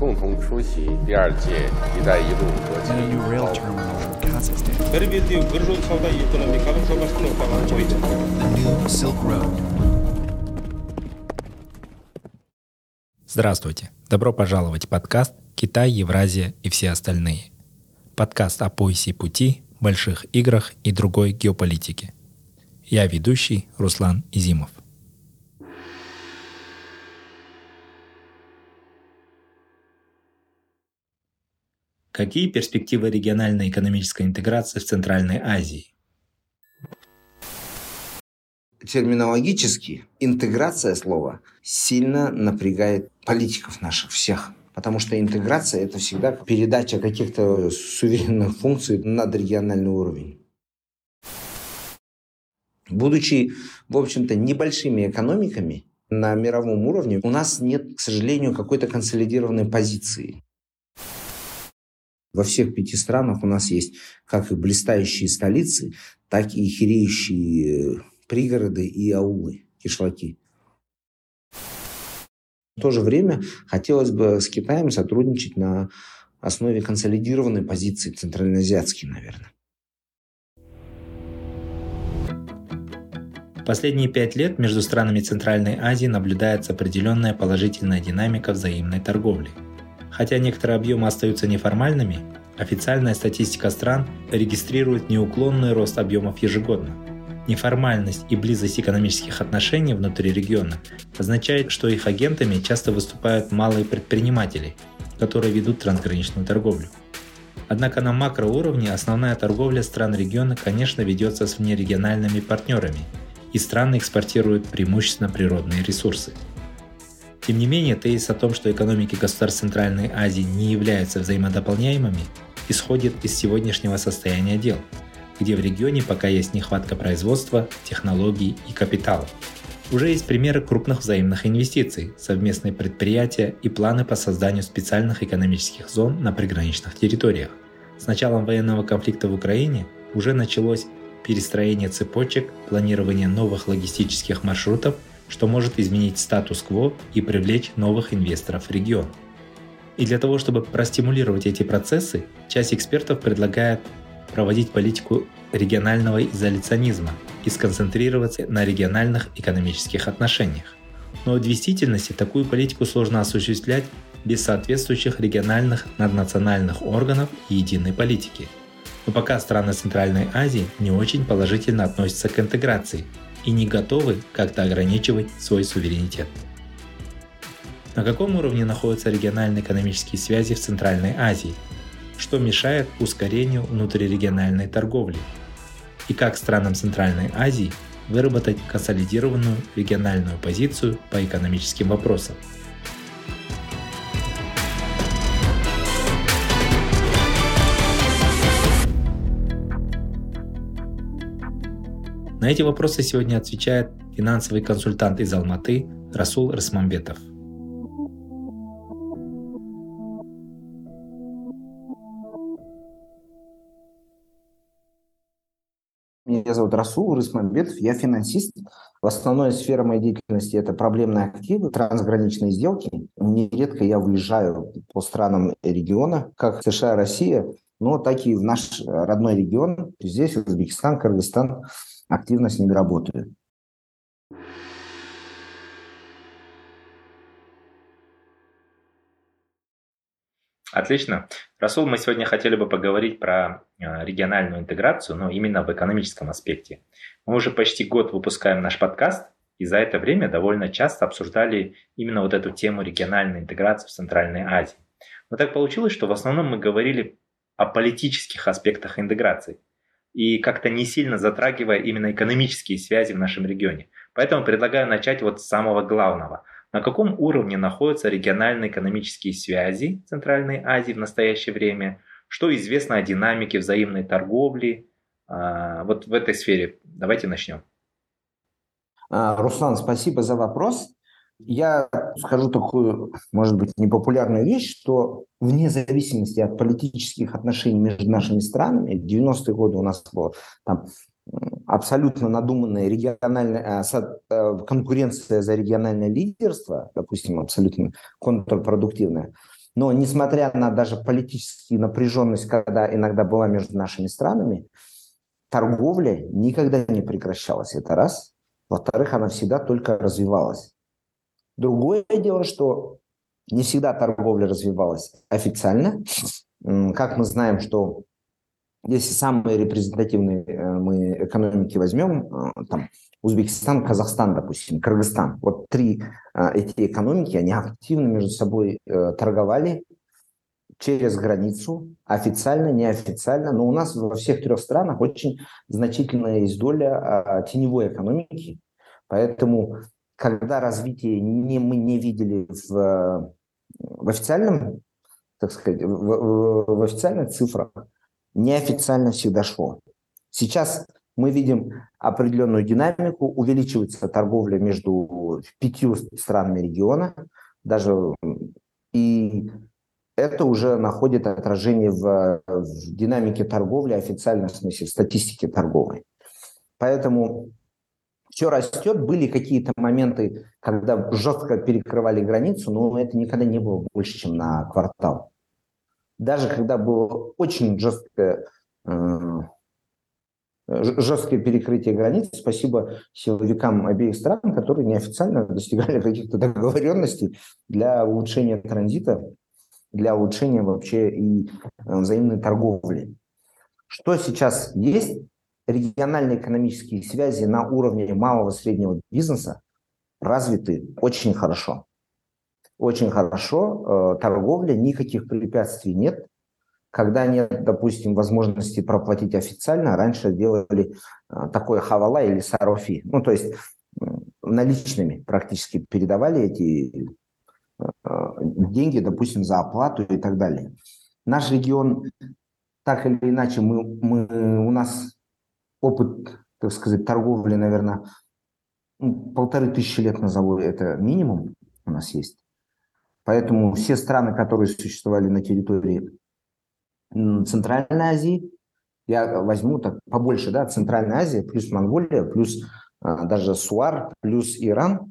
共同出席第二届“一带一路”国际 and a new rail terminal in Kazakhstan. The new Silk Road. Здравствуйте! Добро пожаловать в подкаст «Китай, Евразия и все остальные». Подкаст о поясе пути, больших играх и другой геополитике. Я ведущий Руслан Изимов. Какие перспективы региональной экономической интеграции в Центральной Азии? Терминологически интеграция слова сильно напрягает политиков наших всех. Потому что интеграция – это всегда передача каких-то суверенных функций на надрегиональный уровень. Будучи, в общем-то, небольшими экономиками на мировом уровне, у нас нет, к сожалению, какой-то консолидированной позиции. Во всех 5 странах у нас есть как и блистающие столицы, так и хиреющие пригороды и аулы, кишлаки. В то же время хотелось бы с Китаем сотрудничать на основе консолидированной позиции центральноазиатской, наверное. В последние 5 лет между странами Центральной Азии наблюдается определенная положительная динамика взаимной торговли. Хотя некоторые объемы остаются неформальными, официальная статистика стран регистрирует неуклонный рост объемов ежегодно. Неформальность и близость экономических отношений внутри региона означает, что их агентами часто выступают малые предприниматели, которые ведут трансграничную торговлю. Однако на макроуровне основная торговля стран региона, конечно, ведется с внерегиональными партнерами, и страны экспортируют преимущественно природные ресурсы. Тем не менее, тезис о том, что экономики государств Центральной Азии не являются взаимодополняемыми, исходит из сегодняшнего состояния дел, где в регионе пока есть нехватка производства, технологий и капитала. Уже есть примеры крупных взаимных инвестиций, совместные предприятия и планы по созданию специальных экономических зон на приграничных территориях. С началом военного конфликта в Украине уже началось перестроение цепочек, планирование новых логистических маршрутов, что может изменить статус-кво и привлечь новых инвесторов в регион. И для того, чтобы простимулировать эти процессы, часть экспертов предлагает проводить политику регионального изоляционизма и сконцентрироваться на региональных экономических отношениях. Но в действительности такую политику сложно осуществлять без соответствующих региональных наднациональных органов и единой политики. Но пока страны Центральной Азии не очень положительно относятся к интеграции и не готовы как-то ограничивать свой суверенитет. На каком уровне находятся региональные экономические связи в Центральной Азии? Что мешает ускорению внутрирегиональной торговли? И как странам Центральной Азии выработать консолидированную региональную позицию по экономическим вопросам? На эти вопросы сегодня отвечает финансовый консультант из Алматы Расул Рысмамбетов. Меня зовут Расул Рысмамбетов, я финансист. Основная сфера моей деятельности – это проблемные активы, трансграничные сделки. Нередко я выезжаю по странам региона, как США, Россия, но так и в наш родной регион. Здесь Узбекистан, Кыргызстан. Активно с ними работаю. Отлично. Расул, мы сегодня хотели бы поговорить про региональную интеграцию, но именно в экономическом аспекте. Мы уже почти год выпускаем наш подкаст, и за это время довольно часто обсуждали именно вот эту тему региональной интеграции в Центральной Азии. Но так получилось, что в основном мы говорили о политических аспектах интеграции и как-то не сильно затрагивая именно экономические связи в нашем регионе. Поэтому предлагаю начать вот с самого главного. На каком уровне находятся региональные экономические связи Центральной Азии в настоящее время? Что известно о динамике взаимной торговли? Вот в этой сфере давайте начнем. Руслан, спасибо за вопрос. Я скажу такую, может быть, непопулярную вещь, что вне зависимости от политических отношений между нашими странами, в 90-е годы у нас была там абсолютно надуманная региональная конкуренция за региональное лидерство, допустим, абсолютно контрпродуктивная. Но несмотря на даже политическую напряженность, когда иногда была между нашими странами, торговля никогда не прекращалась. Это раз. Во-вторых, она всегда только развивалась. Другое дело, что не всегда торговля развивалась официально. Как мы знаем, что если самые репрезентативные мы экономики возьмем, там, Узбекистан, Казахстан, допустим, Кыргызстан, вот три эти экономики, они активно между собой торговали через границу, официально, неофициально, но у нас во всех трех странах очень значительная есть доля теневой экономики, поэтому когда развитие мы не видели в официальном, так сказать, в официальных цифрах, неофициально всегда шло. Сейчас мы видим определенную динамику, увеличивается торговля между 5 странами региона, даже и это уже находит отражение в динамике торговли, официальном смысле, в статистике торговой. Поэтому все растет. Были какие-то моменты, когда жестко перекрывали границу, но это никогда не было больше, чем на квартал. Даже когда было очень жесткое перекрытие границ, спасибо силовикам обеих стран, которые неофициально достигали каких-то договоренностей для улучшения транзита, для улучшения вообще и взаимной торговли. Что сейчас есть? Региональные экономические связи на уровне малого и среднего бизнеса развиты очень хорошо. Очень хорошо. Торговля, никаких препятствий нет. Когда нет, допустим, возможности проплатить официально, раньше делали такое хавала или сарофи. Ну, то есть наличными практически передавали эти деньги, допустим, за оплату и так далее. Наш регион, так или иначе, у нас опыт, так сказать, торговли, наверное, 1500 лет назову, это минимум у нас есть. Поэтому все страны, которые существовали на территории Центральной Азии, я возьму так побольше, да, Центральная Азия, плюс Монголия, плюс даже СУАР, плюс Иран,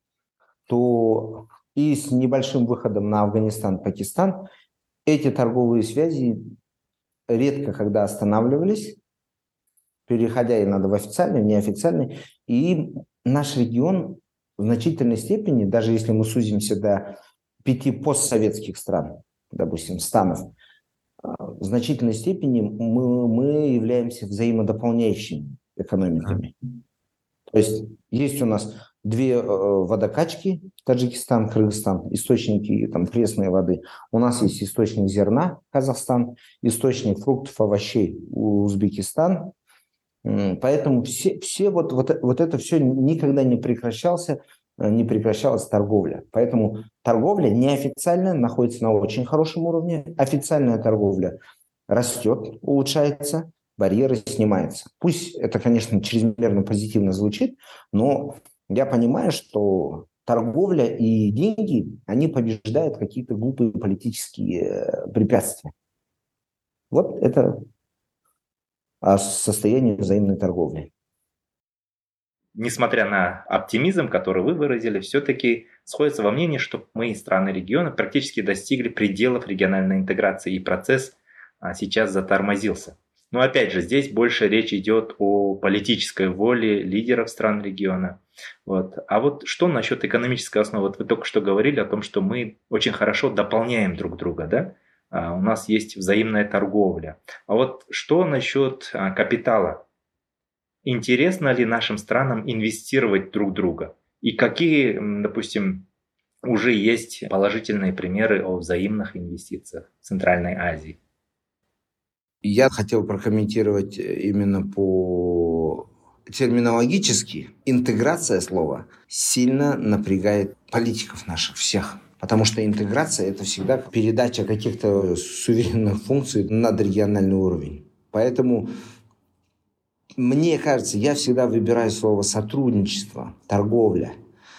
то и с небольшим выходом на Афганистан, Пакистан, эти торговые связи редко когда останавливались, переходя иногда в официальный, в неофициальный. И наш регион в значительной степени, даже если мы сузимся до 5 постсоветских стран, допустим, станов, в значительной степени мы являемся взаимодополняющими экономиками. То есть у нас 2 водокачки, Таджикистан, Кыргызстан, источники там, пресной воды. У нас есть источник зерна, Казахстан, источник фруктов, овощей, Узбекистан. Поэтому все вот это все никогда не прекращалась торговля. Поэтому торговля неофициальная находится на очень хорошем уровне. Официальная торговля растет, улучшается, барьеры снимаются. Пусть это, конечно, чрезмерно позитивно звучит, но я понимаю, что торговля и деньги, они побеждают какие-то глупые политические препятствия. Вот это о состоянии взаимной торговли. Несмотря на оптимизм, который вы выразили, все-таки сходится во мнении, что мы, страны региона, практически достигли пределов региональной интеграции, и процесс сейчас затормозился. Но опять же, здесь больше речь идет о политической воле лидеров стран региона. Вот. А вот что насчет экономической основы? Вот вы только что говорили о том, что мы очень хорошо дополняем друг друга, да? У нас есть взаимная торговля. А вот что насчет капитала? Интересно ли нашим странам инвестировать друг в друга? И какие, допустим, уже есть положительные примеры о взаимных инвестициях в Центральной Азии? Я хотел прокомментировать именно по терминологически. Интеграция слова сильно напрягает политиков наших всех. Потому что интеграция – это всегда передача каких-то суверенных функций на надрегиональный уровень. Поэтому, мне кажется, я всегда выбираю слово «сотрудничество», «торговля».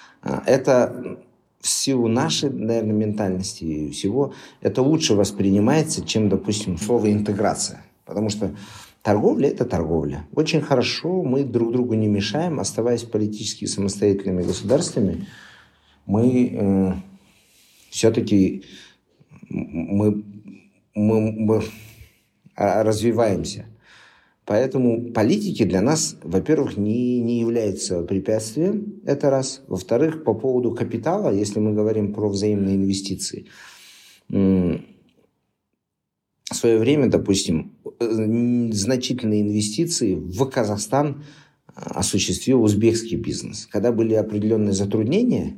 Это в силу нашей, наверное, ментальности и всего, это лучше воспринимается, чем, допустим, слово «интеграция». Потому что торговля – это торговля. Очень хорошо, мы друг другу не мешаем, оставаясь политически самостоятельными государствами, мы все-таки мы развиваемся. Поэтому политики для нас, во-первых, не являются препятствием, это раз. Во-вторых, по поводу капитала, если мы говорим про взаимные инвестиции, в свое время, допустим, значительные инвестиции в Казахстан осуществил узбекский бизнес. Когда были определенные затруднения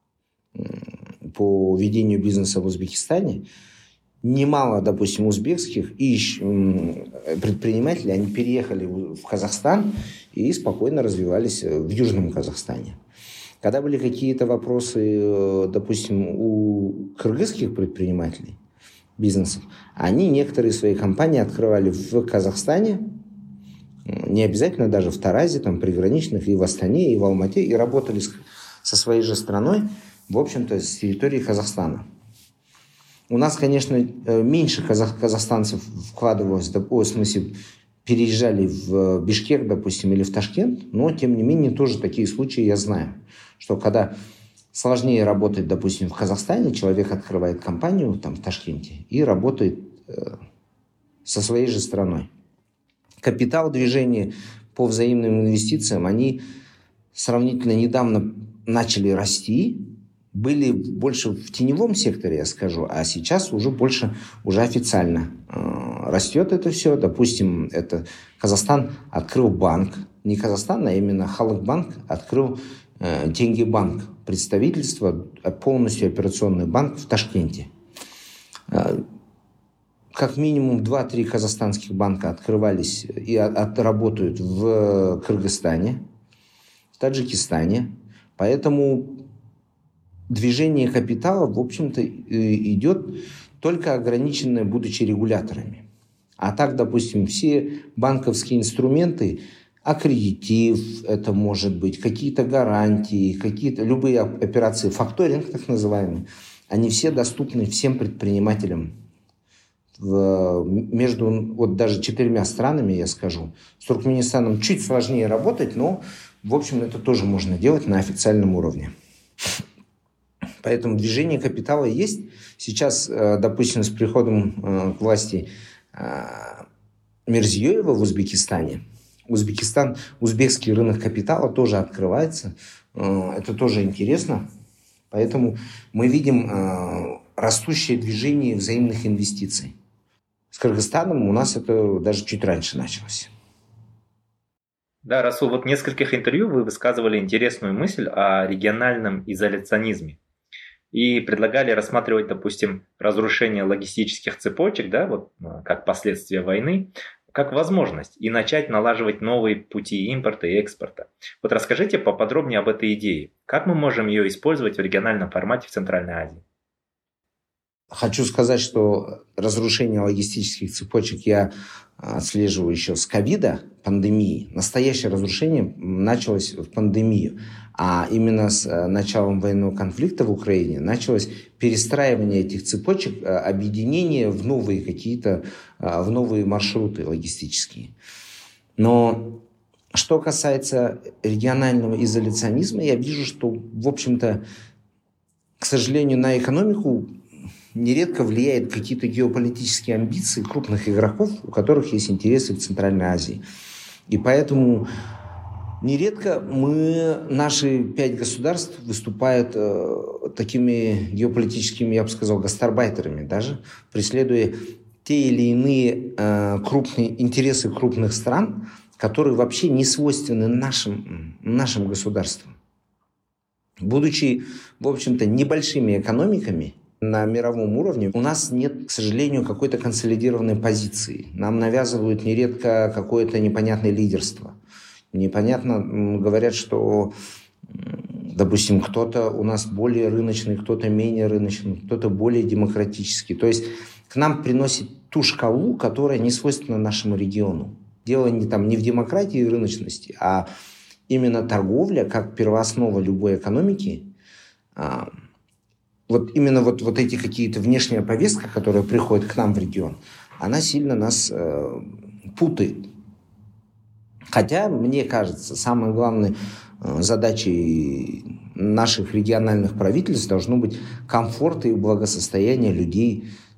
по ведению бизнеса в Узбекистане, немало, допустим, узбекских предпринимателей, они переехали в Казахстан и спокойно развивались в Южном Казахстане. Когда были какие-то вопросы, допустим, у кыргызских предпринимателей, бизнесов, они некоторые свои компании открывали в Казахстане, не обязательно даже в Таразе, там, приграничных, и в Астане, и в Алмате, и работали со своей же страной, в общем-то, с территории Казахстана. У нас, конечно, меньше казахстанцев вкладывалось, в смысле, переезжали в Бишкек, допустим, или в Ташкент, но, тем не менее, тоже такие случаи я знаю, что когда сложнее работать, допустим, в Казахстане, человек открывает компанию там, в Ташкенте и работает со своей же страной. Капитал движения по взаимным инвестициям, они сравнительно недавно начали расти, были больше в теневом секторе, я скажу, а сейчас уже больше, уже официально растет это все. Допустим, это Казахстан открыл банк, не Казахстан, а именно Халык-банк открыл Тенге-банк, представительство, полностью операционный банк в Ташкенте. Как минимум 2-3 казахстанских банка открывались и работают в Кыргызстане, в Таджикистане. Поэтому движение капитала, в общем-то, идет только ограниченное, будучи регуляторами. А так, допустим, все банковские инструменты, аккредитив, это может быть, какие-то гарантии, какие-то любые операции, факторинг так называемый, они все доступны всем предпринимателям. Между вот даже 4 странами, я скажу, с Туркменистаном чуть сложнее работать, но, в общем, это тоже можно делать на официальном уровне. Поэтому движение капитала есть. Сейчас, допустим, с приходом к власти Мирзиёева в Узбекистане, узбекский рынок капитала тоже открывается. Это тоже интересно. Поэтому мы видим растущее движение взаимных инвестиций. С Кыргызстаном у нас это даже чуть раньше началось. Да, Расул, вот в нескольких интервью вы высказывали интересную мысль о региональном изоляционизме. И предлагали рассматривать, допустим, разрушение логистических цепочек, да, вот как последствия войны, как возможность, и начать налаживать новые пути импорта и экспорта. Вот расскажите поподробнее об этой идее. Как мы можем ее использовать в региональном формате в Центральной Азии? Хочу сказать, что разрушение логистических цепочек я отслеживаю еще с ковида, пандемии. Настоящее разрушение началось в пандемию. А именно с началом военного конфликта в Украине началось перестраивание этих цепочек, объединение в новые какие-то, в новые маршруты логистические. Но что касается регионального изоляционизма, я вижу, что, в общем-то, к сожалению, на экономику нередко влияют какие-то геополитические амбиции крупных игроков, у которых есть интересы в Центральной Азии. И поэтому нередко наши 5 государств выступают такими геополитическими, я бы сказал, гастарбайтерами даже, преследуя те или иные крупные интересы крупных стран, которые вообще не свойственны нашим государствам. Будучи, в общем-то, небольшими экономиками на мировом уровне, у нас нет, к сожалению, какой-то консолидированной позиции. Нам навязывают нередко какое-то непонятное лидерство. Непонятно, говорят, что, допустим, кто-то у нас более рыночный, кто-то менее рыночный, кто-то более демократический. То есть к нам приносит ту шкалу, которая не свойственна нашему региону. Дело не в демократии и рыночности, а именно торговля, как первооснова любой экономики. Вот именно вот эти какие-то внешняя повестка, которая приходит к нам в регион, она сильно нас путает. Хотя, мне кажется, самой главной задачей наших региональных правительств должно быть комфорт и благосостояние людей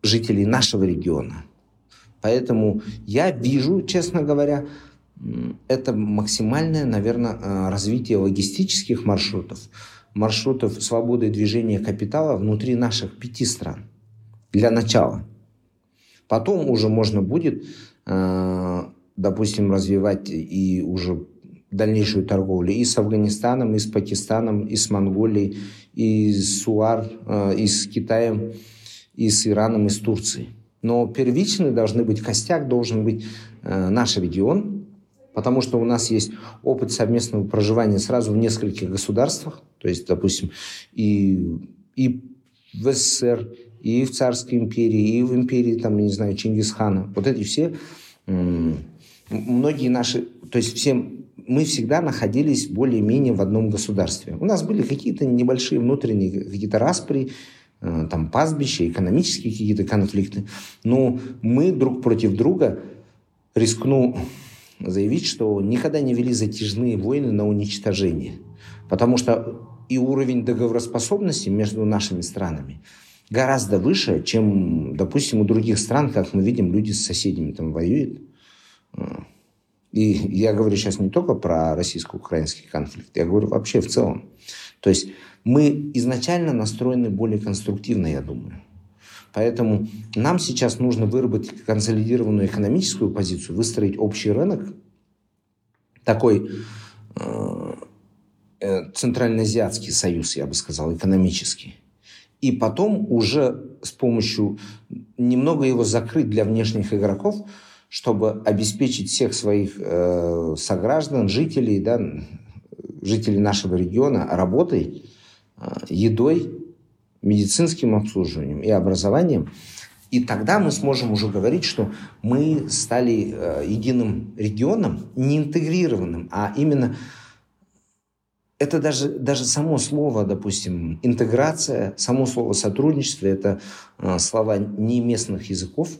жителей нашего региона. Поэтому я вижу, честно говоря, это максимальное, наверное, развитие логистических маршрутов свободы движения капитала внутри наших 5 стран. Для начала. Потом уже можно будет, допустим, развивать и уже дальнейшую торговлю и с Афганистаном, и с Пакистаном, и с Монголией, и с СУАР, и с Китаем, и с Ираном, и с Турцией. Но первичный костяк должен быть наш регион, потому что у нас есть опыт совместного проживания сразу в нескольких государствах, то есть, допустим, и в СССР, и в Царской империи, и в империи, там, не знаю, Чингисхана. Вот эти все, многие наши, то есть мы всегда находились более-менее в одном государстве. У нас были какие-то небольшие внутренние какие-то распри, там, пастбища, экономические какие-то конфликты. Но мы друг против друга, рискну заявить, что никогда не вели затяжные войны на уничтожение. Потому что и уровень договороспособности между нашими странами гораздо выше, чем, допустим, у других стран, как мы видим, люди с соседями там воюют. И я говорю сейчас не только про российско-украинский конфликт, я говорю вообще в целом. То есть мы изначально настроены более конструктивно, я думаю. Поэтому нам сейчас нужно выработать консолидированную экономическую позицию, выстроить общий рынок, такой центральноазиатский союз, я бы сказал, экономический. И потом уже с помощью немного его закрыть для внешних игроков, чтобы обеспечить всех своих сограждан, жителей нашего региона работой, едой, медицинским обслуживанием и образованием. И тогда мы сможем уже говорить, что мы стали единым регионом, не интегрированным, а именно это даже само слово, допустим, интеграция, само слово сотрудничество, это слова не местных языков.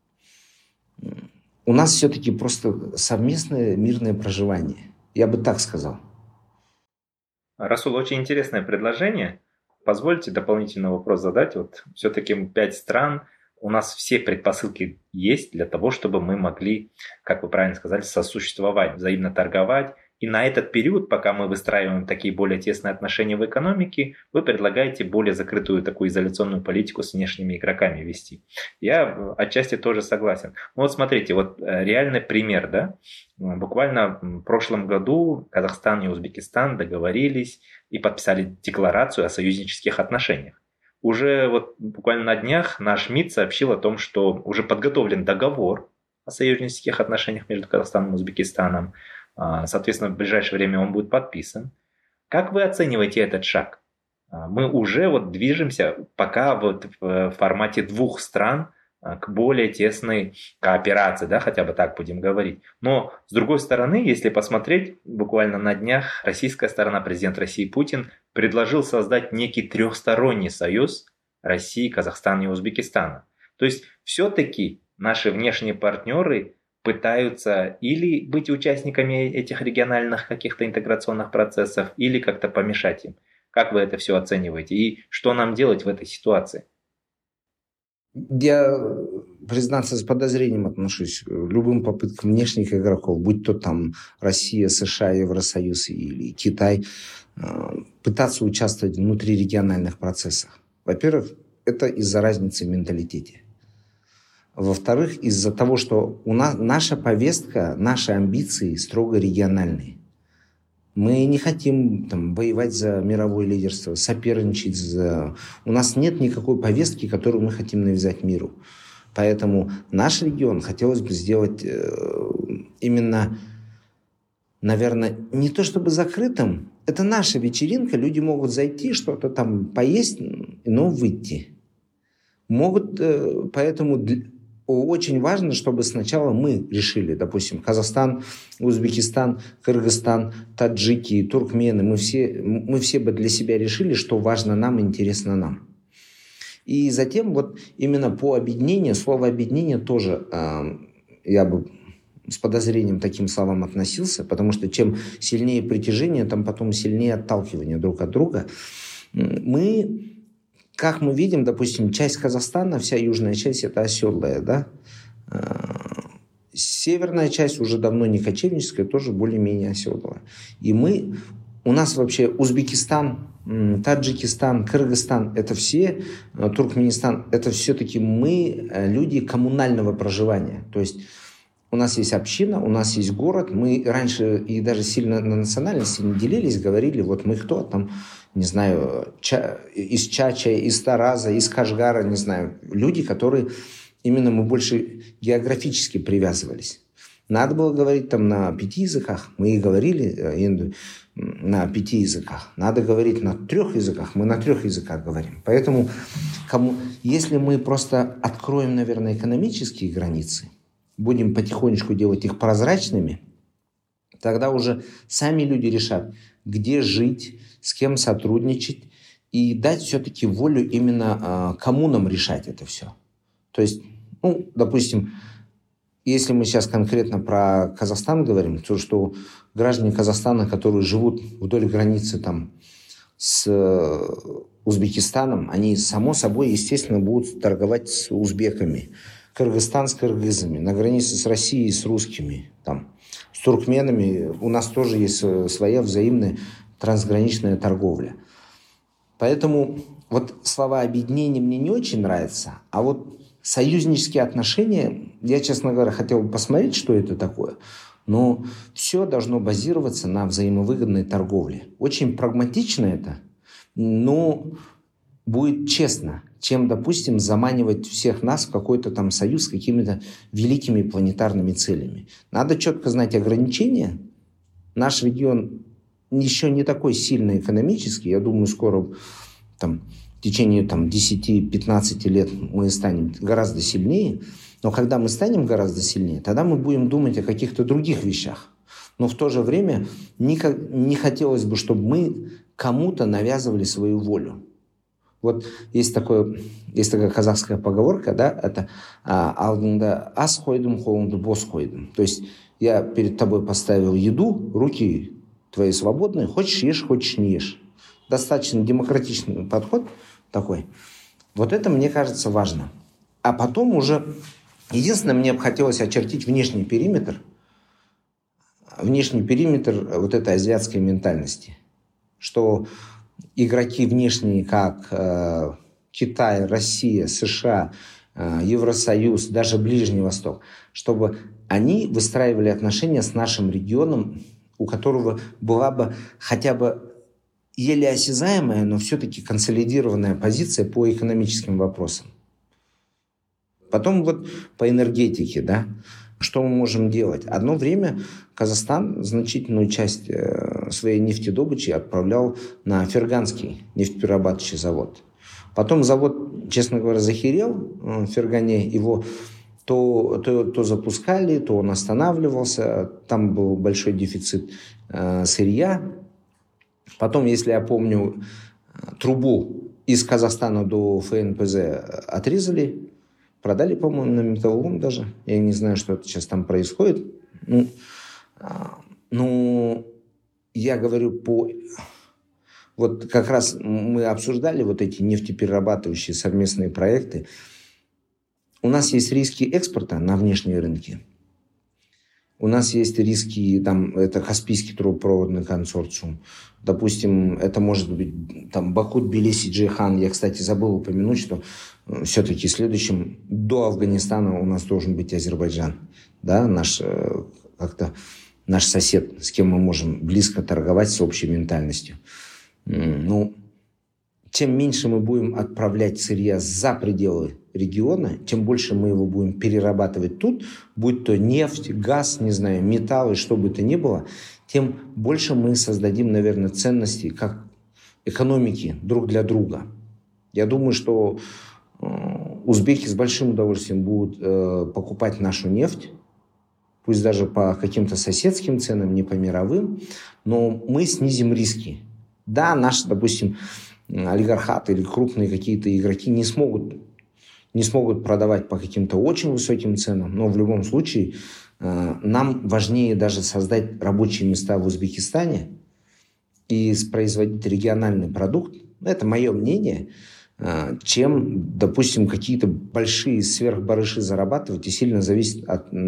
У нас все-таки просто совместное мирное проживание. Я бы так сказал. Расул, очень интересное предложение. Позвольте дополнительный вопрос задать. Вот все-таки 5 стран, у нас все предпосылки есть для того, чтобы мы могли, как вы правильно сказали, сосуществовать, взаимно торговать. И на этот период, пока мы выстраиваем такие более тесные отношения в экономике, вы предлагаете более закрытую такую изоляционную политику с внешними игроками вести. Я отчасти тоже согласен. Ну вот смотрите, вот реальный пример, да? Буквально в прошлом году Казахстан и Узбекистан договорились и подписали декларацию о союзнических отношениях. Уже вот буквально на днях наш МИД сообщил о том, что уже подготовлен договор о союзнических отношениях между Казахстаном и Узбекистаном. Соответственно, в ближайшее время он будет подписан. Как вы оцениваете этот шаг? Мы уже вот движемся пока вот в формате 2 стран к более тесной кооперации, да, хотя бы так будем говорить. Но с другой стороны, если посмотреть, буквально на днях российская сторона, президент России Путин предложил создать некий 3-сторонний союз России, Казахстана и Узбекистана. То есть все-таки наши внешние партнеры пытаются или быть участниками этих региональных каких-то интеграционных процессов, или как-то помешать им. Как вы это все оцениваете? И что нам делать в этой ситуации? Я, признаться, с подозрением отношусь к любым попыткам внешних игроков, будь то там Россия, США, Евросоюз или Китай, пытаться участвовать в внутрирегиональных процессах. Во-первых, это из-за разницы в менталитете. Во-вторых, из-за того, что у нас наша повестка, наши амбиции строго региональные. Мы не хотим там воевать за мировое лидерство, соперничать У нас нет никакой повестки, которую мы хотим навязать миру. Поэтому наш регион хотелось бы сделать именно, наверное, не то чтобы закрытым. Это наша вечеринка, люди могут зайти, что-то там поесть, но выйти. Поэтому очень важно, чтобы сначала мы решили, допустим, Казахстан, Узбекистан, Кыргызстан, таджики, туркмены, мы все бы для себя решили, что важно нам, интересно нам. И затем вот именно по объединению, слово объединение тоже я бы с подозрением таким словам относился, потому что чем сильнее притяжение, там потом сильнее отталкивание друг от друга. Мы как мы видим, допустим, часть Казахстана, вся южная часть – это оседлая, да? Северная часть уже давно не кочевническая, тоже более-менее оседлая. И у нас вообще Узбекистан, Таджикистан, Кыргызстан – это все, Туркменистан – это все-таки мы люди коммунального проживания. То есть у нас есть община, у нас есть город. Мы раньше и даже сильно на национальности не делились, говорили, вот мы кто там, не знаю, из Чача, из Тараза, из Кашгара, не знаю. Люди, которые именно мы больше географически привязывались. Надо было говорить там на 5 языках. Мы и говорили на 5 языках. Надо говорить на 3 языках. Мы на 3 языках говорим. Поэтому если мы просто откроем, наверное, экономические границы, будем потихонечку делать их прозрачными, тогда уже сами люди решат, где жить, с кем сотрудничать, и дать все-таки волю именно коммунам решать это все. То есть, допустим, если мы сейчас конкретно про Казахстан говорим, то что граждане Казахстана, которые живут вдоль границы там, с Узбекистаном, они, само собой, естественно, будут торговать с узбеками. Кыргызстан с кыргызами, на границе с Россией с русскими, там, с туркменами. У нас тоже есть своя взаимная трансграничная торговля. Поэтому вот слова объединения мне не очень нравятся, а вот союзнические отношения, я, честно говоря, хотел бы посмотреть, что это такое, но все должно базироваться на взаимовыгодной торговле. Очень прагматично это, но будет честно, чем, допустим, заманивать всех нас в какой-то там союз с какими-то великими планетарными целями. Надо четко знать ограничения. Наш регион еще не такой сильный экономически. Я думаю, скоро там, в течение 10-15 лет мы станем гораздо сильнее. Но когда мы станем гораздо сильнее, тогда мы будем думать о каких-то других вещах. Но в то же время не хотелось бы, чтобы мы кому-то навязывали свою волю. Вот есть такая казахская поговорка, да, это «алдыңда ас қойдым, қолыңды бос қойдым». То есть я перед тобой поставил еду, руки твои свободные, хочешь ешь, хочешь не ешь. Достаточно демократичный подход такой. Вот это, мне кажется, важно. А потом уже, единственное, мне бы хотелось очертить внешний периметр вот этой азиатской ментальности, что игроки внешние, как Китай, Россия, США, Евросоюз, даже Ближний Восток, чтобы они выстраивали отношения с нашим регионом, у которого была бы хотя бы еле осязаемая, но все-таки консолидированная позиция по экономическим вопросам. Потом вот по энергетике, да, что мы можем делать? Одно время Казахстан значительную часть своей нефтедобычи отправлял на Ферганский нефтеперерабатывающий завод. Потом завод, честно говоря, захерел в Фергане. Его то запускали, то он останавливался. Там был большой дефицит сырья. Потом, если я помню, трубу из Казахстана до ФНПЗ отрезали. Продали, по-моему, на металлолом даже. Я не знаю, что это сейчас там происходит. Ну, я говорю Вот как раз мы обсуждали вот эти нефтеперерабатывающие совместные проекты. У нас есть риски экспорта на внешние рынки. У нас есть риски, это Каспийский трубопроводный консорциум. Допустим, это может быть Баку, Тбилиси, Джейхан. Я, кстати, забыл упомянуть, что все-таки следующим до Афганистана у нас должен быть Азербайджан. Да, наш сосед, с кем мы можем близко торговать с общей ментальностью. Чем меньше мы будем отправлять сырья за пределы региона, тем больше мы его будем перерабатывать тут, будь то нефть, газ, не знаю, металлы, что бы то ни было, тем больше мы создадим, наверное, ценностей как экономики друг для друга. Я думаю, что узбеки с большим удовольствием будут покупать нашу нефть, пусть даже по каким-то соседским ценам, не по мировым, но мы снизим риски. Да, наши, допустим, олигархаты или крупные какие-то игроки не смогут продавать по каким-то очень высоким ценам, но в любом случае нам важнее даже создать рабочие места в Узбекистане и производить региональный продукт. Это мое мнение. чем, допустим, какие-то большие сверхбарыши зарабатывать и сильно зависеть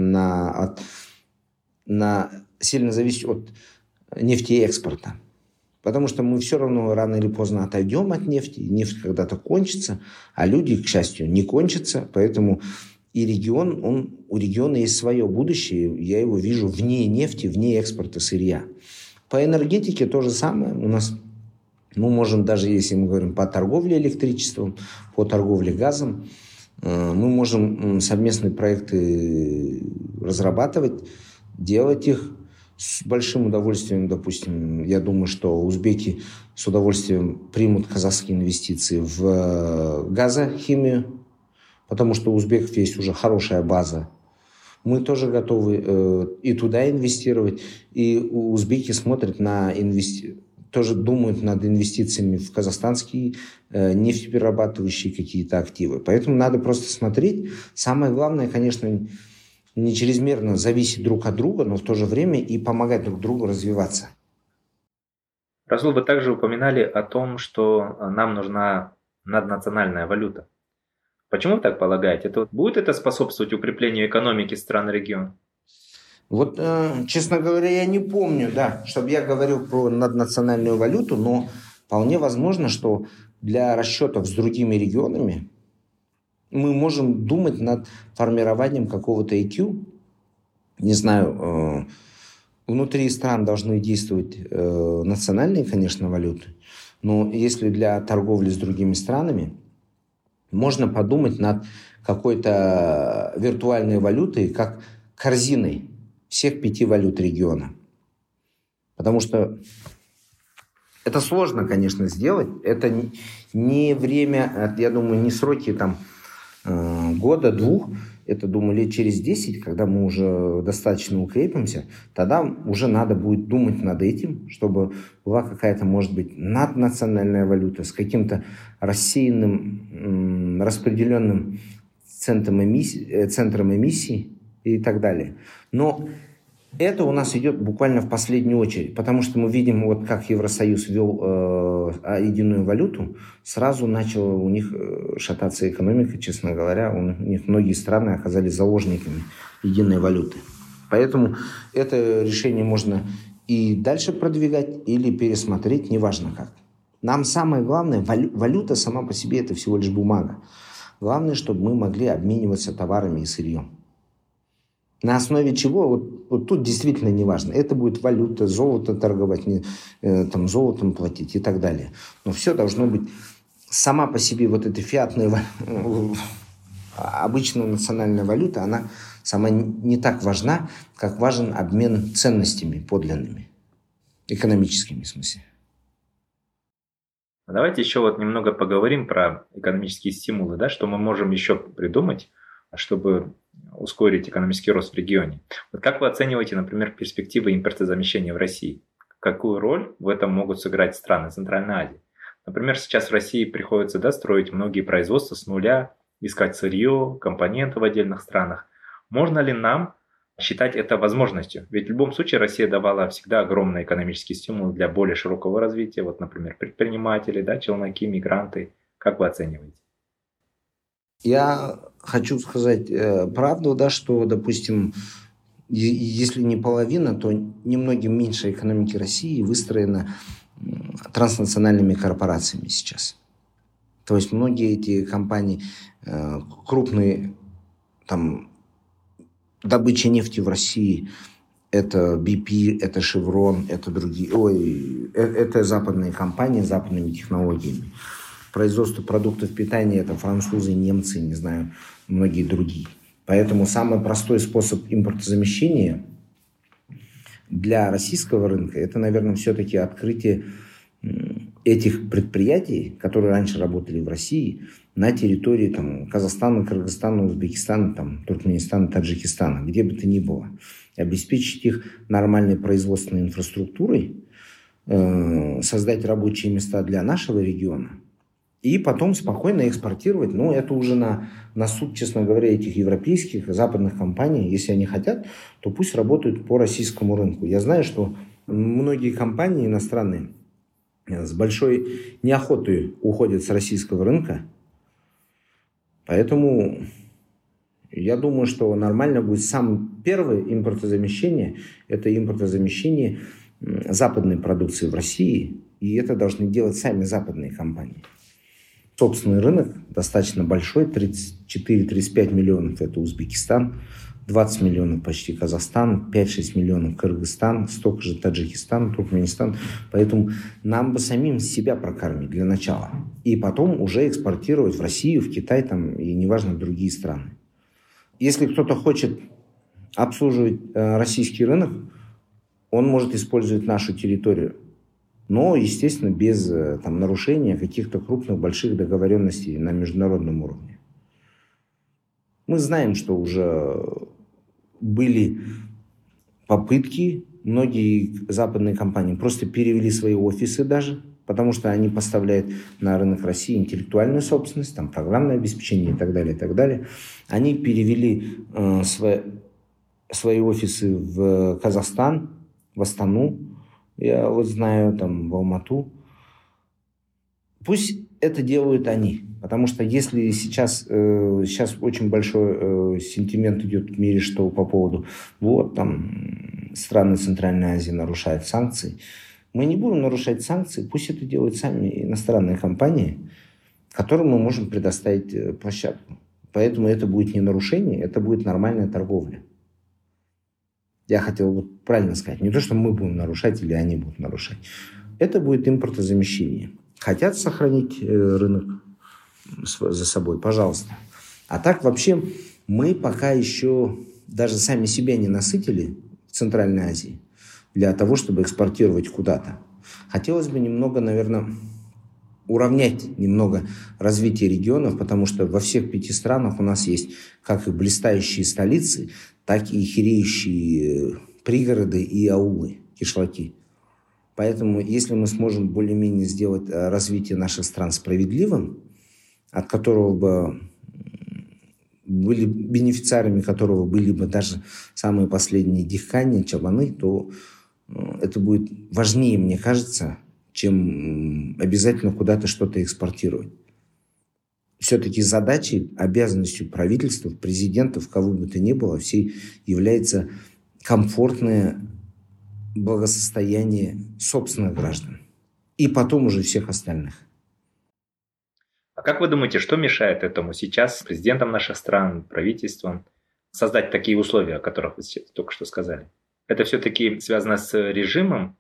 сильно зависеть от нефтеэкспорта. Потому что мы все равно рано или поздно отойдем от нефти, нефть когда-то кончится, а люди, к счастью, не кончатся, поэтому и у региона есть свое будущее, я его вижу вне нефти, вне экспорта сырья. По энергетике то же самое. У нас мы можем, даже если мы говорим по торговле электричеством, по торговле газом, мы можем совместные проекты разрабатывать, делать их с большим удовольствием. Допустим, я думаю, что узбеки с удовольствием примут казахские инвестиции в газохимию, потому что у узбеков есть уже хорошая база. Мы тоже готовы и туда инвестировать, и узбеки смотрят тоже думают над инвестициями в казахстанские нефтеперерабатывающие какие-то активы. Поэтому надо просто смотреть. Самое главное, конечно, не чрезмерно зависеть друг от друга, но в то же время и помогать друг другу развиваться. Расул, вы также упоминали о том, что нам нужна наднациональная валюта. Почему вы так полагаете? Будет это способствовать укреплению экономики стран региона? Вот, честно говоря, я не помню, чтобы я говорил про наднациональную валюту, но вполне возможно, что для расчетов с другими регионами мы можем думать над формированием какого-то IQ. Не знаю, внутри стран должны действовать национальные, конечно, валюты, но если для торговли с другими странами, можно подумать над какой-то виртуальной валютой, как корзиной всех 5 валют региона. Потому что это сложно, конечно, сделать. Это не время, я думаю, не сроки года-двух. Это, думаю, лет через 10, когда мы уже достаточно укрепимся, тогда уже надо будет думать над этим, чтобы была какая-то, может быть, наднациональная валюта с каким-то рассеянным, распределенным центром эмиссии и так далее. Но это у нас идет буквально в последнюю очередь, потому что мы видим, вот как Евросоюз ввел единую валюту, сразу начала у них шататься экономика, честно говоря. У них многие страны оказались заложниками единой валюты. Поэтому это решение можно и дальше продвигать или пересмотреть, неважно как. Нам самое главное, валюта сама по себе это всего лишь бумага. Главное, чтобы мы могли обмениваться товарами и сырьем. На основе чего, вот тут действительно не важно. Это будет валюта, золото торговать, золотом платить и так далее. Но все должно быть сама по себе, вот эта фиатная обычная национальная валюта, она сама не так важна, как важен обмен ценностями подлинными, экономическими в смысле. Давайте еще немного поговорим про экономические стимулы, что мы можем еще придумать, чтобы ускорить экономический рост в регионе. Вот как вы оцениваете, например, перспективы импортозамещения в России? Какую роль в этом могут сыграть страны Центральной Азии? Например, сейчас в России приходится строить многие производства с нуля, искать сырье, компоненты в отдельных странах. Можно ли нам считать это возможностью? Ведь в любом случае Россия давала всегда огромные экономические стимулы для более широкого развития. Например, предприниматели, челноки, мигранты. Как вы оцениваете? Я хочу сказать правду, что, допустим, если не половина, то немногим меньше экономики России выстроена транснациональными корпорациями сейчас. То есть многие эти компании, крупные, добыча нефти в России, это BP, это Chevron, это другие, это западные компании с западными технологиями. Производство продуктов питания – это французы, немцы, не знаю, многие другие. Поэтому самый простой способ импортозамещения для российского рынка – это, наверное, все-таки открытие этих предприятий, которые раньше работали в России, на территории Казахстана, Кыргызстана, Узбекистана, Туркменистана, Таджикистана, где бы то ни было. Обеспечить их нормальной производственной инфраструктурой, создать рабочие места для нашего региона и потом спокойно экспортировать. Это уже на суд, честно говоря, этих европейских, западных компаний. Если они хотят, то пусть работают по российскому рынку. Я знаю, что многие компании иностранные с большой неохотой уходят с российского рынка. Поэтому я думаю, что нормально будет самое первое импортозамещение. Это импортозамещение западной продукции в России. И это должны делать сами западные компании. Собственный рынок достаточно большой. 34-35 миллионов – это Узбекистан. 20 миллионов почти Казахстан, 5-6 миллионов Кыргызстан, столько же Таджикистан, Туркменистан. Поэтому нам бы самим себя прокормить для начала. И потом уже экспортировать в Россию, в Китай там, и неважно, в другие страны. Если кто-то хочет обслуживать российский рынок, он может использовать нашу территорию. Но, естественно, без там, нарушения каких-то крупных, больших договоренностей на международном уровне. Мы знаем, что уже были попытки, многие западные компании просто перевели свои офисы даже, потому что они поставляют на рынок России интеллектуальную собственность, там, программное обеспечение и так далее, и так далее. Они перевели свои офисы в Казахстан, в Астану, я вот знаю, там, в Алмату. Пусть это делают они. Потому что если сейчас очень большой сентимент идет в мире, что по поводу вот там страны Центральной Азии нарушают санкции, мы не будем нарушать санкции, пусть это делают сами иностранные компании, которым мы можем предоставить площадку. Поэтому это будет не нарушение, это будет нормальная торговля. Я хотел вот правильно сказать, не то, что мы будем нарушать или они будут нарушать. Это будет импортозамещение. Хотят сохранить рынок за собой, пожалуйста. А так вообще мы пока еще даже сами себя не насытили в Центральной Азии для того, чтобы экспортировать куда-то. Хотелось бы немного, наверное, уравнять немного развитие регионов, потому что во всех 5 странах у нас есть как и блистающие столицы, так и хиреющие пригороды и аулы, кишлаки. Поэтому если мы сможем более-менее сделать развитие наших стран справедливым, от которого бы были бенефициарами которого были бы даже самые последние дихкани, чабаны, то это будет важнее, мне кажется, чем обязательно куда-то что-то экспортировать. Все-таки задачей, обязанностью правительства, президентов, кого бы то ни было, всей является комфортное благосостояние собственных граждан. И потом уже всех остальных. А как вы думаете, что мешает этому сейчас президентам наших стран, правительствам создать такие условия, о которых вы только что сказали? Это все-таки связано с режимом?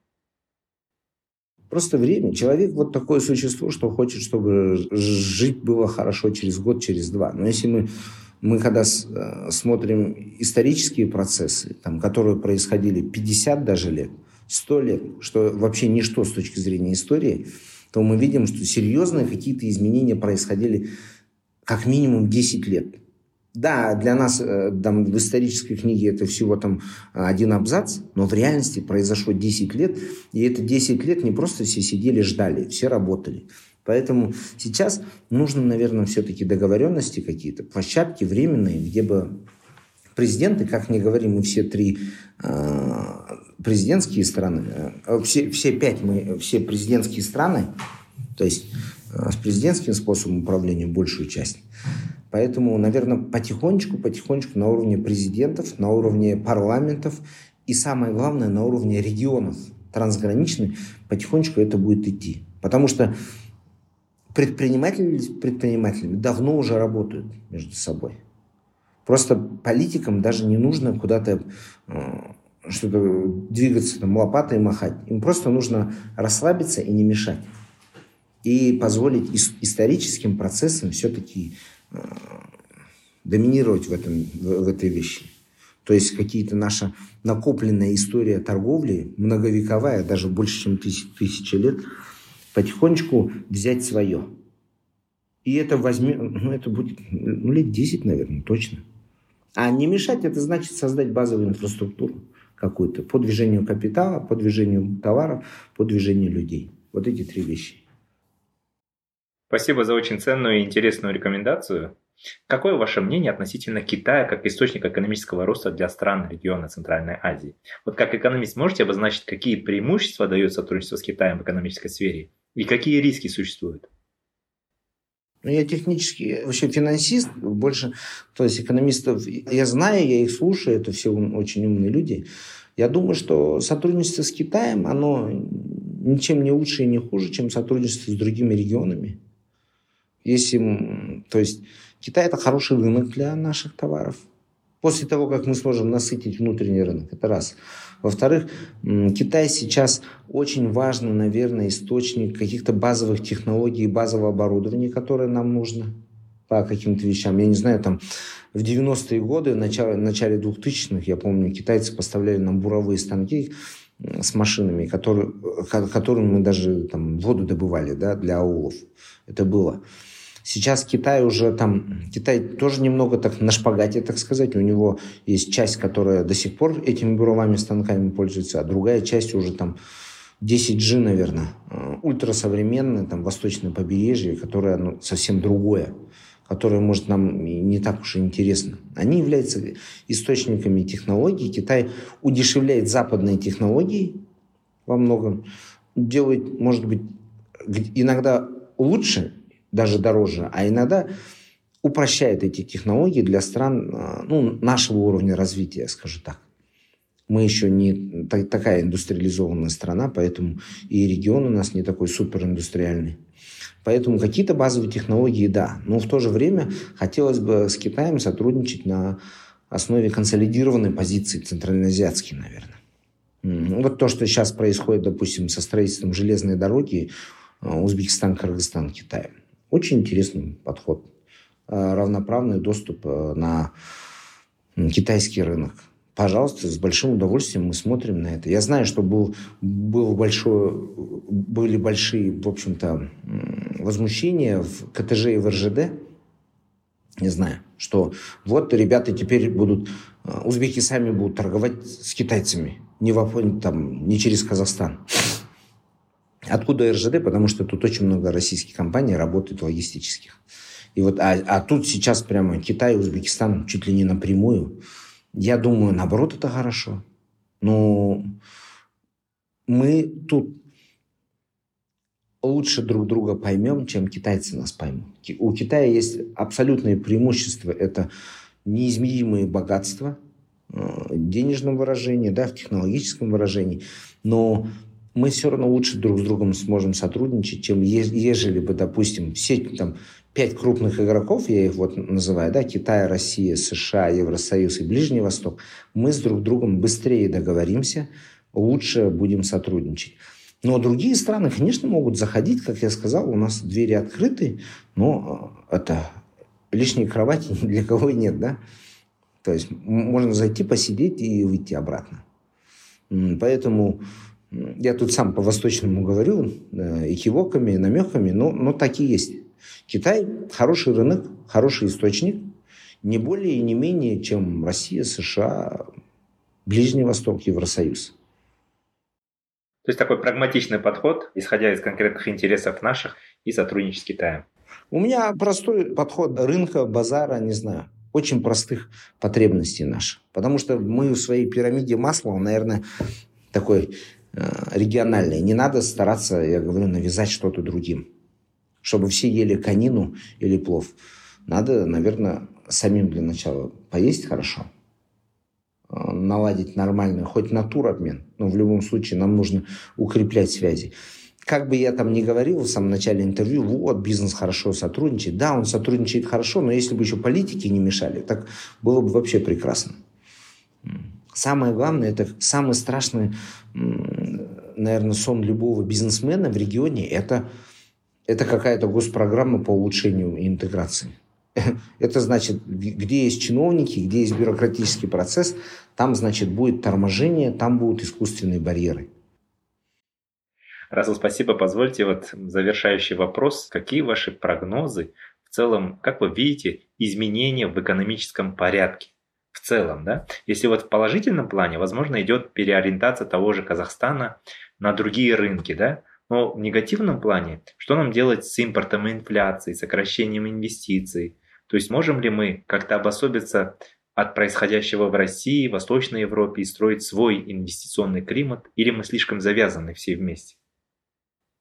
Просто время. Человек вот такое существо, что хочет, чтобы жить было хорошо через год, через два. Но если мы когда смотрим исторические процессы, там, которые происходили 50 даже лет, 100 лет, что вообще ничто с точки зрения истории, то мы видим, что серьезные какие-то изменения происходили как минимум 10 лет. Да, для нас там, в исторической книге это всего там один абзац, но в реальности произошло 10 лет, и это 10 лет не просто все сидели, ждали, все работали. Поэтому сейчас нужно, наверное, все-таки договоренности какие-то, площадки временные, где бы президенты, как ни говорим, мы все 3 президентские страны, все 5 мы, все президентские страны, то есть с президентским способом управления большую часть. Поэтому, наверное, потихонечку на уровне президентов, на уровне парламентов и, самое главное, на уровне регионов трансграничных потихонечку это будет идти. Потому что предприниматели с предпринимателями давно уже работают между собой. Просто политикам даже не нужно куда-то что-то двигаться, там, лопатой махать. Им просто нужно расслабиться и не мешать. И позволить историческим процессам все-таки доминировать в этой вещи. То есть какие-то наша накопленная история торговли, многовековая, даже больше, чем тысячи лет, потихонечку взять свое. И это это будет лет 10, наверное, точно. А не мешать, это значит создать базовую инфраструктуру какую-то по движению капитала, по движению товаров, по движению людей. Вот эти 3 вещи. Спасибо за очень ценную и интересную рекомендацию. Какое ваше мнение относительно Китая как источника экономического роста для стран региона Центральной Азии? Вот как экономист можете обозначить, какие преимущества дает сотрудничество с Китаем в экономической сфере И какие риски существуют? Ну, я технически, вообще финансист, больше, то есть экономистов я знаю, я их слушаю, это все очень умные люди. Я думаю, что сотрудничество с Китаем, оно ничем не лучше и не хуже, чем сотрудничество с другими регионами. То есть Китай – это хороший рынок для наших товаров. После того, как мы сможем насытить внутренний рынок, это раз. Во-вторых, Китай сейчас очень важный, наверное, источник каких-то базовых технологий, базового оборудования, которое нам нужно по каким-то вещам. Я не знаю, там в 90-е годы, в начале 2000-х, я помню, китайцы поставляли нам буровые станки с машинами, которыми мы даже там воду добывали, да, для аулов. Это было. Сейчас Китай тоже немного так на шпагате, так сказать. У него есть часть, которая до сих пор этими буровыми станками пользуется, а другая часть уже там 10G, наверное, ультрасовременная, там восточное побережье, которое совсем другое, которое, может, нам не так уж и интересно. Они являются источниками технологий. Китай удешевляет западные технологии во многом, делает, может быть, иногда лучше, даже дороже, а иногда упрощает эти технологии для стран нашего уровня развития, скажу так. Мы еще не такая индустриализованная страна, поэтому и регион у нас не такой супериндустриальный. Поэтому какие-то базовые технологии, да. Но в то же время хотелось бы с Китаем сотрудничать на основе консолидированной позиции центральноазиатской, наверное. Вот то, что сейчас происходит, допустим, со строительством железной дороги Узбекистан, Кыргызстан, Китай. Очень интересный подход. Равноправный доступ на китайский рынок. Пожалуйста, с большим удовольствием мы смотрим на это. Я знаю, что были большие, в общем-то, возмущения в КТЖ и в РЖД. Не знаю, что вот ребята теперь узбеки сами будут торговать с китайцами, не через Казахстан. Откуда РЖД? Потому что тут очень много российских компаний работает логистических. И тут сейчас прямо Китай и Узбекистан чуть ли не напрямую. Я думаю, наоборот, это хорошо. Но мы тут лучше друг друга поймем, чем китайцы нас поймут. У Китая есть абсолютное преимущество. Это неизмеримые богатства в денежном выражении, да, в технологическом выражении. Но мы все равно лучше друг с другом сможем сотрудничать, чем ежели бы, допустим, все 5 крупных игроков, я их называю, да, Китай, Россия, США, Евросоюз и Ближний Восток, мы с друг другом быстрее договоримся, лучше будем сотрудничать. Но другие страны, конечно, могут заходить, как я сказал, у нас двери открыты, но лишней кровати ни для кого и нет, да. То есть можно зайти, посидеть и выйти обратно. Поэтому я тут сам по-восточному говорю, экивоками, намеками, но так и есть. Китай – хороший рынок, хороший источник, не более и не менее, чем Россия, США, Ближний Восток, Евросоюз. То есть такой прагматичный подход, исходя из конкретных интересов наших, и сотрудничать с Китаем. У меня простой подход рынка, базара, не знаю, очень простых потребностей наших. Потому что мы в своей пирамиде Маслоу, наверное, такой региональный. Не надо стараться, я говорю, навязать что-то другим, чтобы все ели конину или плов. Надо, наверное, самим для начала поесть хорошо, наладить нормальный, хоть натуробмен, но в любом случае нам нужно укреплять связи. Как бы я там ни говорил в самом начале интервью, бизнес хорошо сотрудничает. Да, он сотрудничает хорошо, но если бы еще политики не мешали, так было бы вообще прекрасно. Самое главное, это самый страшный, наверное, сон любого бизнесмена в регионе, это какая-то госпрограмма по улучшению интеграции. Это значит, где есть чиновники, где есть бюрократический процесс, там, значит, будет торможение, там будут искусственные барьеры. Расул, спасибо. Позвольте завершающий вопрос. Какие ваши прогнозы в целом, как вы видите, изменения в экономическом порядке? В целом, да? Если в положительном плане, возможно, идет переориентация того же Казахстана на другие рынки, да? Но в негативном плане, что нам делать с импортом и инфляцией, сокращением инвестиций? То есть можем ли мы как-то обособиться от происходящего в России, в Восточной Европе и строить свой инвестиционный климат, или мы слишком завязаны все вместе?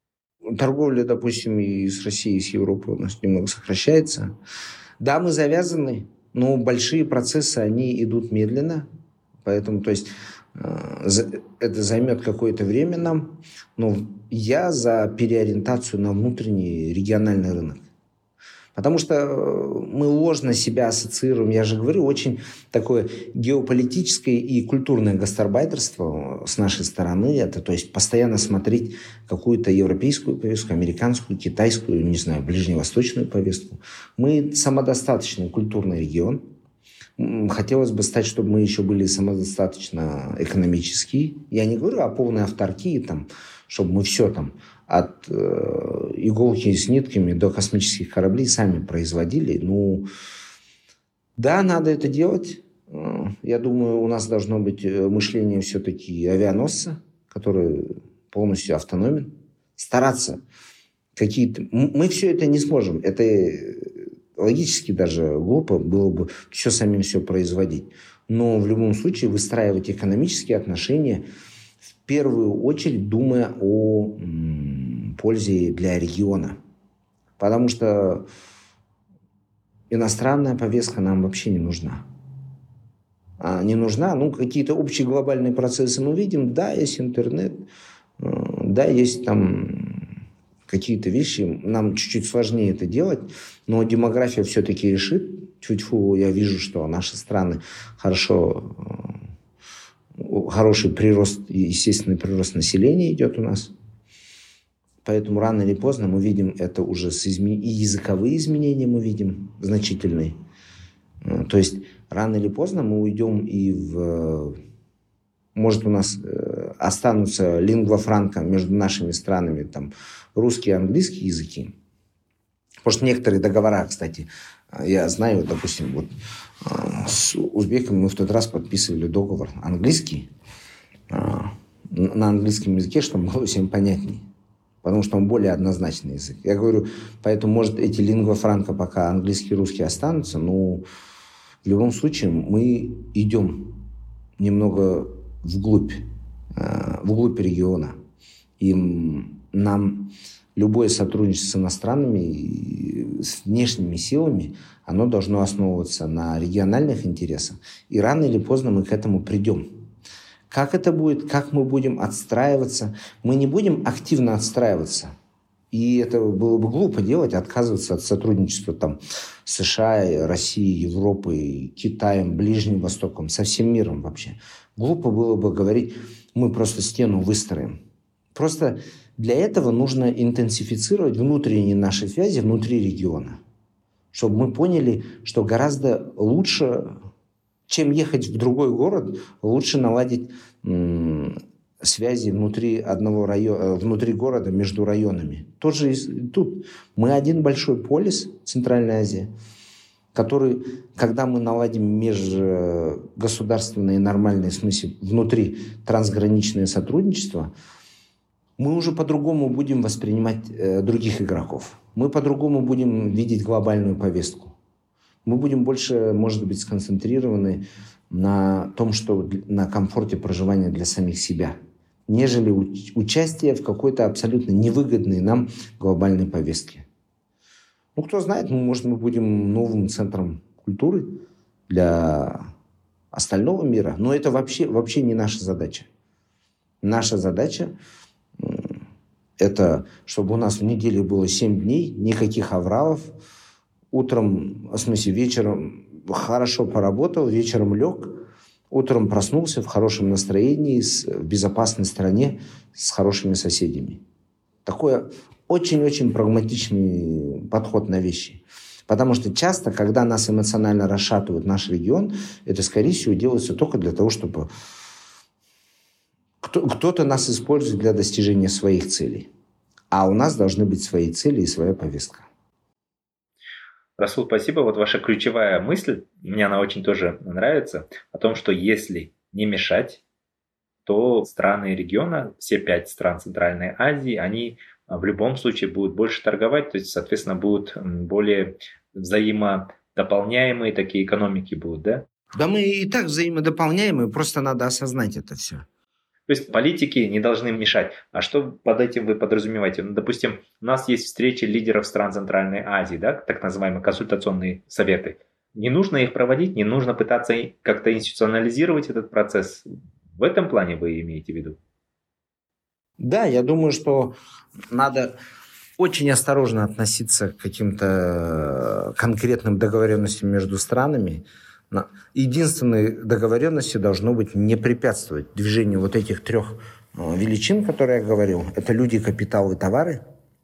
торговля, допустим, и с Россией, и с Европой у нас немного сокращается. Да, мы завязаны, но большие процессы, они идут медленно. Поэтому, то есть, это займет какое-то время нам. Но я за переориентацию на внутренний региональный рынок. Потому что мы ложно себя ассоциируем, я же говорю, очень такое геополитическое и культурное гастарбайтерство с нашей стороны. Это, то есть, постоянно смотреть какую-то европейскую повестку, американскую, китайскую, не знаю, ближневосточную повестку. Мы самодостаточный культурный регион. Хотелось бы стать, чтобы мы еще были самодостаточно экономически. Я не говорю о полной авторкии, там, чтобы мы все там от иголки с нитками до космических кораблей сами производили. Ну, да, надо это делать. Я думаю, у нас должно быть мышление все-таки авианосца, который полностью автономен. Стараться какие-то... Мы все это не сможем. Это логически даже глупо было бы все самим все производить. Но в любом случае выстраивать экономические отношения, в первую очередь думая о пользе для региона. Потому что иностранная повестка нам вообще не нужна. Не нужна, какие-то общие глобальные процессы мы видим. Да, есть интернет, да, есть там какие-то вещи. Нам чуть-чуть сложнее это делать, но демография все-таки решит. Тьфу-тьфу, я вижу, что наши страны хороший прирост, естественный прирост населения идет у нас. Поэтому рано или поздно мы видим это уже и языковые изменения мы видим значительные. То есть рано или поздно мы уйдем может у нас останутся лингва франка между нашими странами, там, русский и английский языки. Потому что некоторые договора, кстати, я знаю, допустим, вот с узбеками мы в тот раз подписывали договор английский, на английском языке, чтобы было всем понятнее. Потому что он более однозначный язык. Я говорю, поэтому, может, эти лингва франка пока английский и русский останутся, но в любом случае мы идем немного вглубь региона. И нам любое сотрудничество с иностранными, с внешними силами, оно должно основываться на региональных интересах. И рано или поздно мы к этому придем. Как это будет, как мы будем отстраиваться? Мы не будем активно отстраиваться. И это было бы глупо делать, отказываться от сотрудничества там, с США, Россией, Европой, Китаем, Ближним Востоком, со всем миром вообще. Глупо было бы говорить, мы просто стену выстроим. Просто для этого нужно интенсифицировать внутренние наши связи внутри региона. Чтобы мы поняли, что гораздо лучше, чем ехать в другой город, лучше наладить связи внутри внутри города между районами. Тоже тут мы один большой полис, Центральная Азия, который, когда мы наладим межгосударственное и нормальное, в смысле внутри трансграничное сотрудничество, мы уже по-другому будем воспринимать других игроков. Мы по-другому будем видеть глобальную повестку. Мы будем больше, может быть, сконцентрированы на том, что на комфорте проживания для самих себя, нежели участие в какой-то абсолютно невыгодной нам глобальной повестке. Кто знает, может, мы будем новым центром культуры для остального мира, но это вообще не наша задача. Наша задача это, чтобы у нас в неделе было 7 дней, никаких авралов, утром, в смысле вечером хорошо поработал, вечером лег, утром проснулся в хорошем настроении, в безопасной стране, с хорошими соседями. Такой очень-очень прагматичный подход на вещи. Потому что часто, когда нас эмоционально расшатывает наш регион, это, скорее всего, делается только для того, чтобы кто-то нас использует для достижения своих целей. А у нас должны быть свои цели и своя повестка. Расул, спасибо. Вот ваша ключевая мысль, мне она очень тоже нравится, о том, что если не мешать, то страны региона, все 5 стран Центральной Азии, они в любом случае будут больше торговать, то есть, соответственно, будут более взаимодополняемые такие экономики будут, да? Да мы и так взаимодополняемые, просто надо осознать это все. То есть политики не должны мешать. А что под этим вы подразумеваете? Ну, допустим, у нас есть встречи лидеров стран Центральной Азии, да, так называемые консультационные советы. Не нужно их проводить, не нужно пытаться как-то институционализировать этот процесс. В этом плане вы имеете в виду? Да, я думаю, что надо очень осторожно относиться к каким-то конкретным договоренностям между странами. Единственной договоренностью должно быть не препятствовать движению вот этих трех величин, которые я говорил. Это люди, капитал и товары.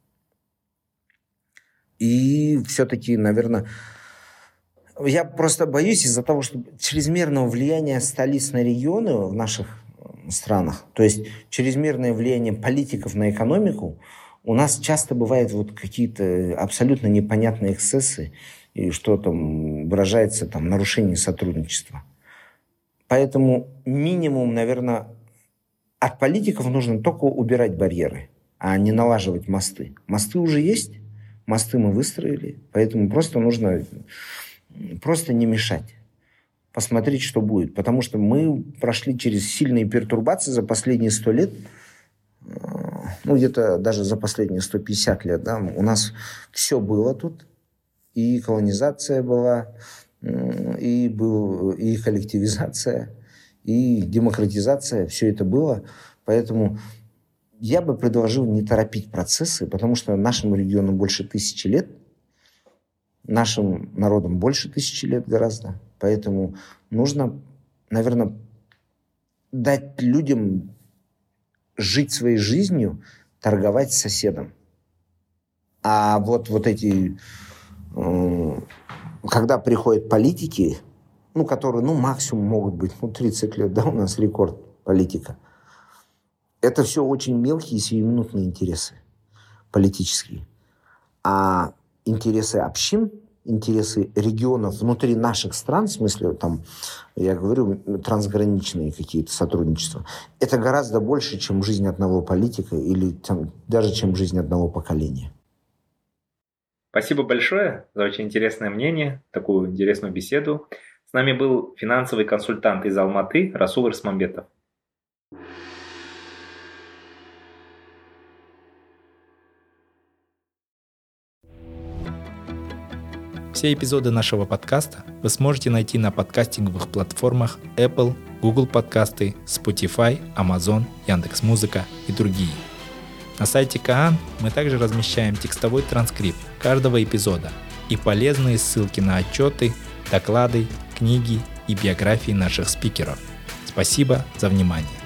И все-таки, наверное, я просто боюсь из-за того, что чрезмерного влияния столиц на регионы в наших странах, то есть чрезмерное влияние политиков на экономику, у нас часто бывают вот какие-то абсолютно непонятные эксцессы, и что там выражается там нарушение сотрудничества. Поэтому минимум, наверное, от политиков нужно только убирать барьеры, а не налаживать мосты. Мосты уже есть, мосты мы выстроили, поэтому просто нужно просто не мешать, посмотреть, что будет. Потому что мы прошли через сильные пертурбации за последние 100 лет, ну где-то даже за последние 150 лет. Да, у нас все было тут. И колонизация была, и коллективизация, и демократизация, все это было. Поэтому я бы предложил не торопить процессы, потому что нашему региону больше 1000 лет, нашим народам больше 1000 лет гораздо. Поэтому нужно, наверное, дать людям жить своей жизнью, торговать с соседом. А вот эти... Когда приходят политики, которые, максимум могут быть, 30 лет, да, у нас рекорд политика. Это все очень мелкие сиюминутные интересы политические. А интересы общин, интересы регионов внутри наших стран, в смысле, там, я говорю, трансграничные какие-то сотрудничества, это гораздо больше, чем жизнь одного политика или там, даже чем жизнь одного поколения. Спасибо большое за очень интересное мнение, такую интересную беседу. С нами был финансовый консультант из Алматы Расул Рысмамбетов. Все эпизоды нашего подкаста вы сможете найти на подкастинговых платформах Apple, Google подкасты, Spotify, Amazon, Яндекс.Музыка и другие. На сайте Каан мы также размещаем текстовой транскрипт каждого эпизода и полезные ссылки на отчеты, доклады, книги и биографии наших спикеров. Спасибо за внимание.